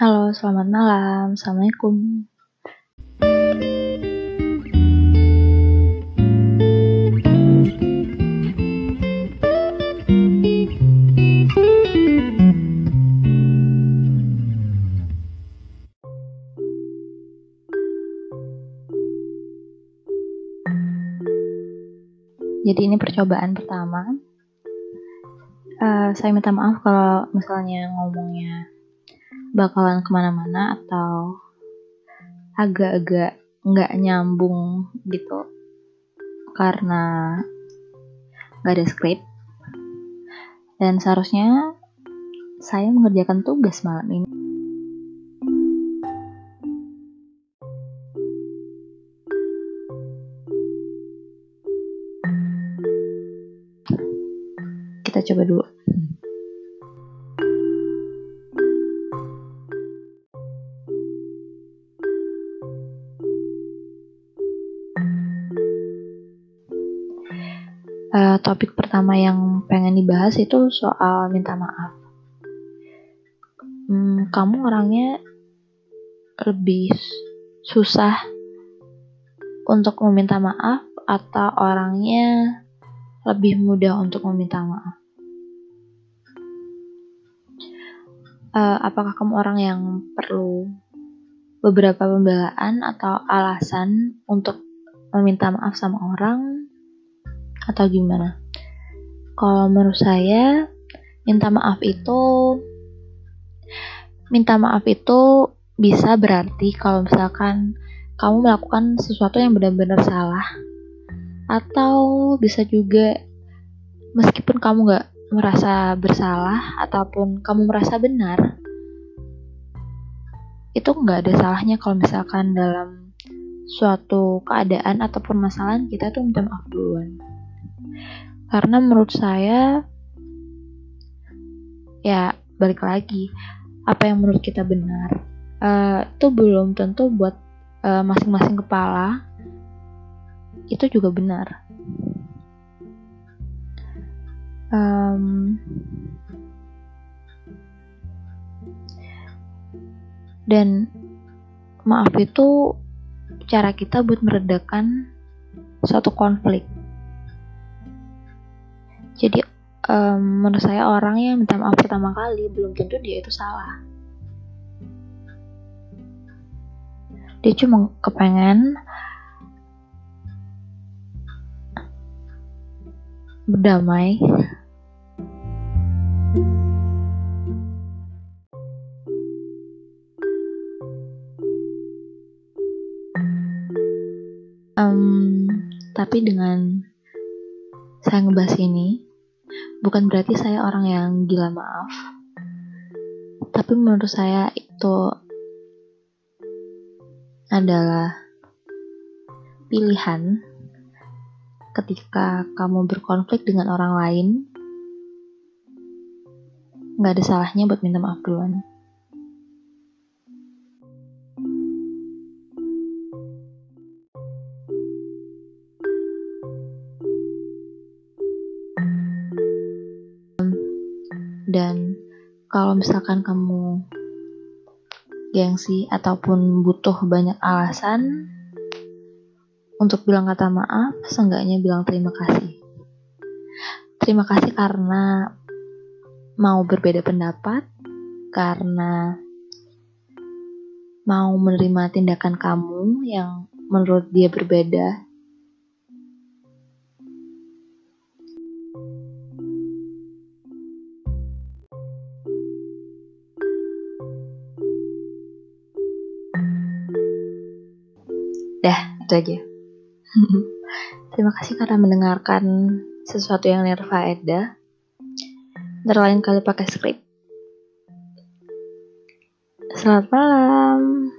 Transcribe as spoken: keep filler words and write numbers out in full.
Halo, selamat malam. Assalamualaikum. Jadi ini percobaan pertama. Uh, saya minta maaf kalau misalnya ngomongnya bakalan kemana-mana atau agak-agak nggak nyambung gitu karena nggak ada skrip. Dan seharusnya saya mengerjakan tugas malam ini. Kita coba dulu. Uh, topik pertama yang pengen dibahas itu soal minta maaf. Hmm, kamu orangnya lebih susah untuk meminta maaf atau orangnya lebih mudah untuk meminta maaf? Uh, apakah kamu orang yang perlu beberapa pembelaan atau alasan untuk meminta maaf sama orang atau gimana? Kalau menurut saya, minta maaf itu minta maaf itu bisa berarti kalau misalkan kamu melakukan sesuatu yang benar-benar salah, atau bisa juga meskipun kamu gak merasa bersalah ataupun kamu merasa benar, itu gak ada salahnya kalau misalkan dalam suatu keadaan ataupun masalah kita tuh minta maaf duluan. Karena menurut saya, ya balik lagi, apa yang menurut kita benar uh, itu belum tentu buat uh, masing-masing kepala itu juga benar. Um, dan maaf itu cara kita buat meredakan suatu konflik. Jadi um, menurut saya orang yang minta maaf pertama kali belum tentu dia itu salah. Dia cuma kepengen berdamai. Um, tapi dengan saya ngebahas ini, bukan berarti saya orang yang gila maaf. Tapi menurut saya itu adalah pilihan ketika kamu berkonflik dengan orang lain. Gak ada salahnya buat minta maaf duluan. Dan kalau misalkan kamu gengsi ataupun butuh banyak alasan untuk bilang kata maaf, seenggaknya bilang terima kasih. Terima kasih karena mau berbeda pendapat, karena mau menerima tindakan kamu yang menurut dia berbeda. Dah, itu aja. Terima kasih karena mendengarkan sesuatu yang nirfaedah. Ntar lain kali pakai skrip. Selamat malam.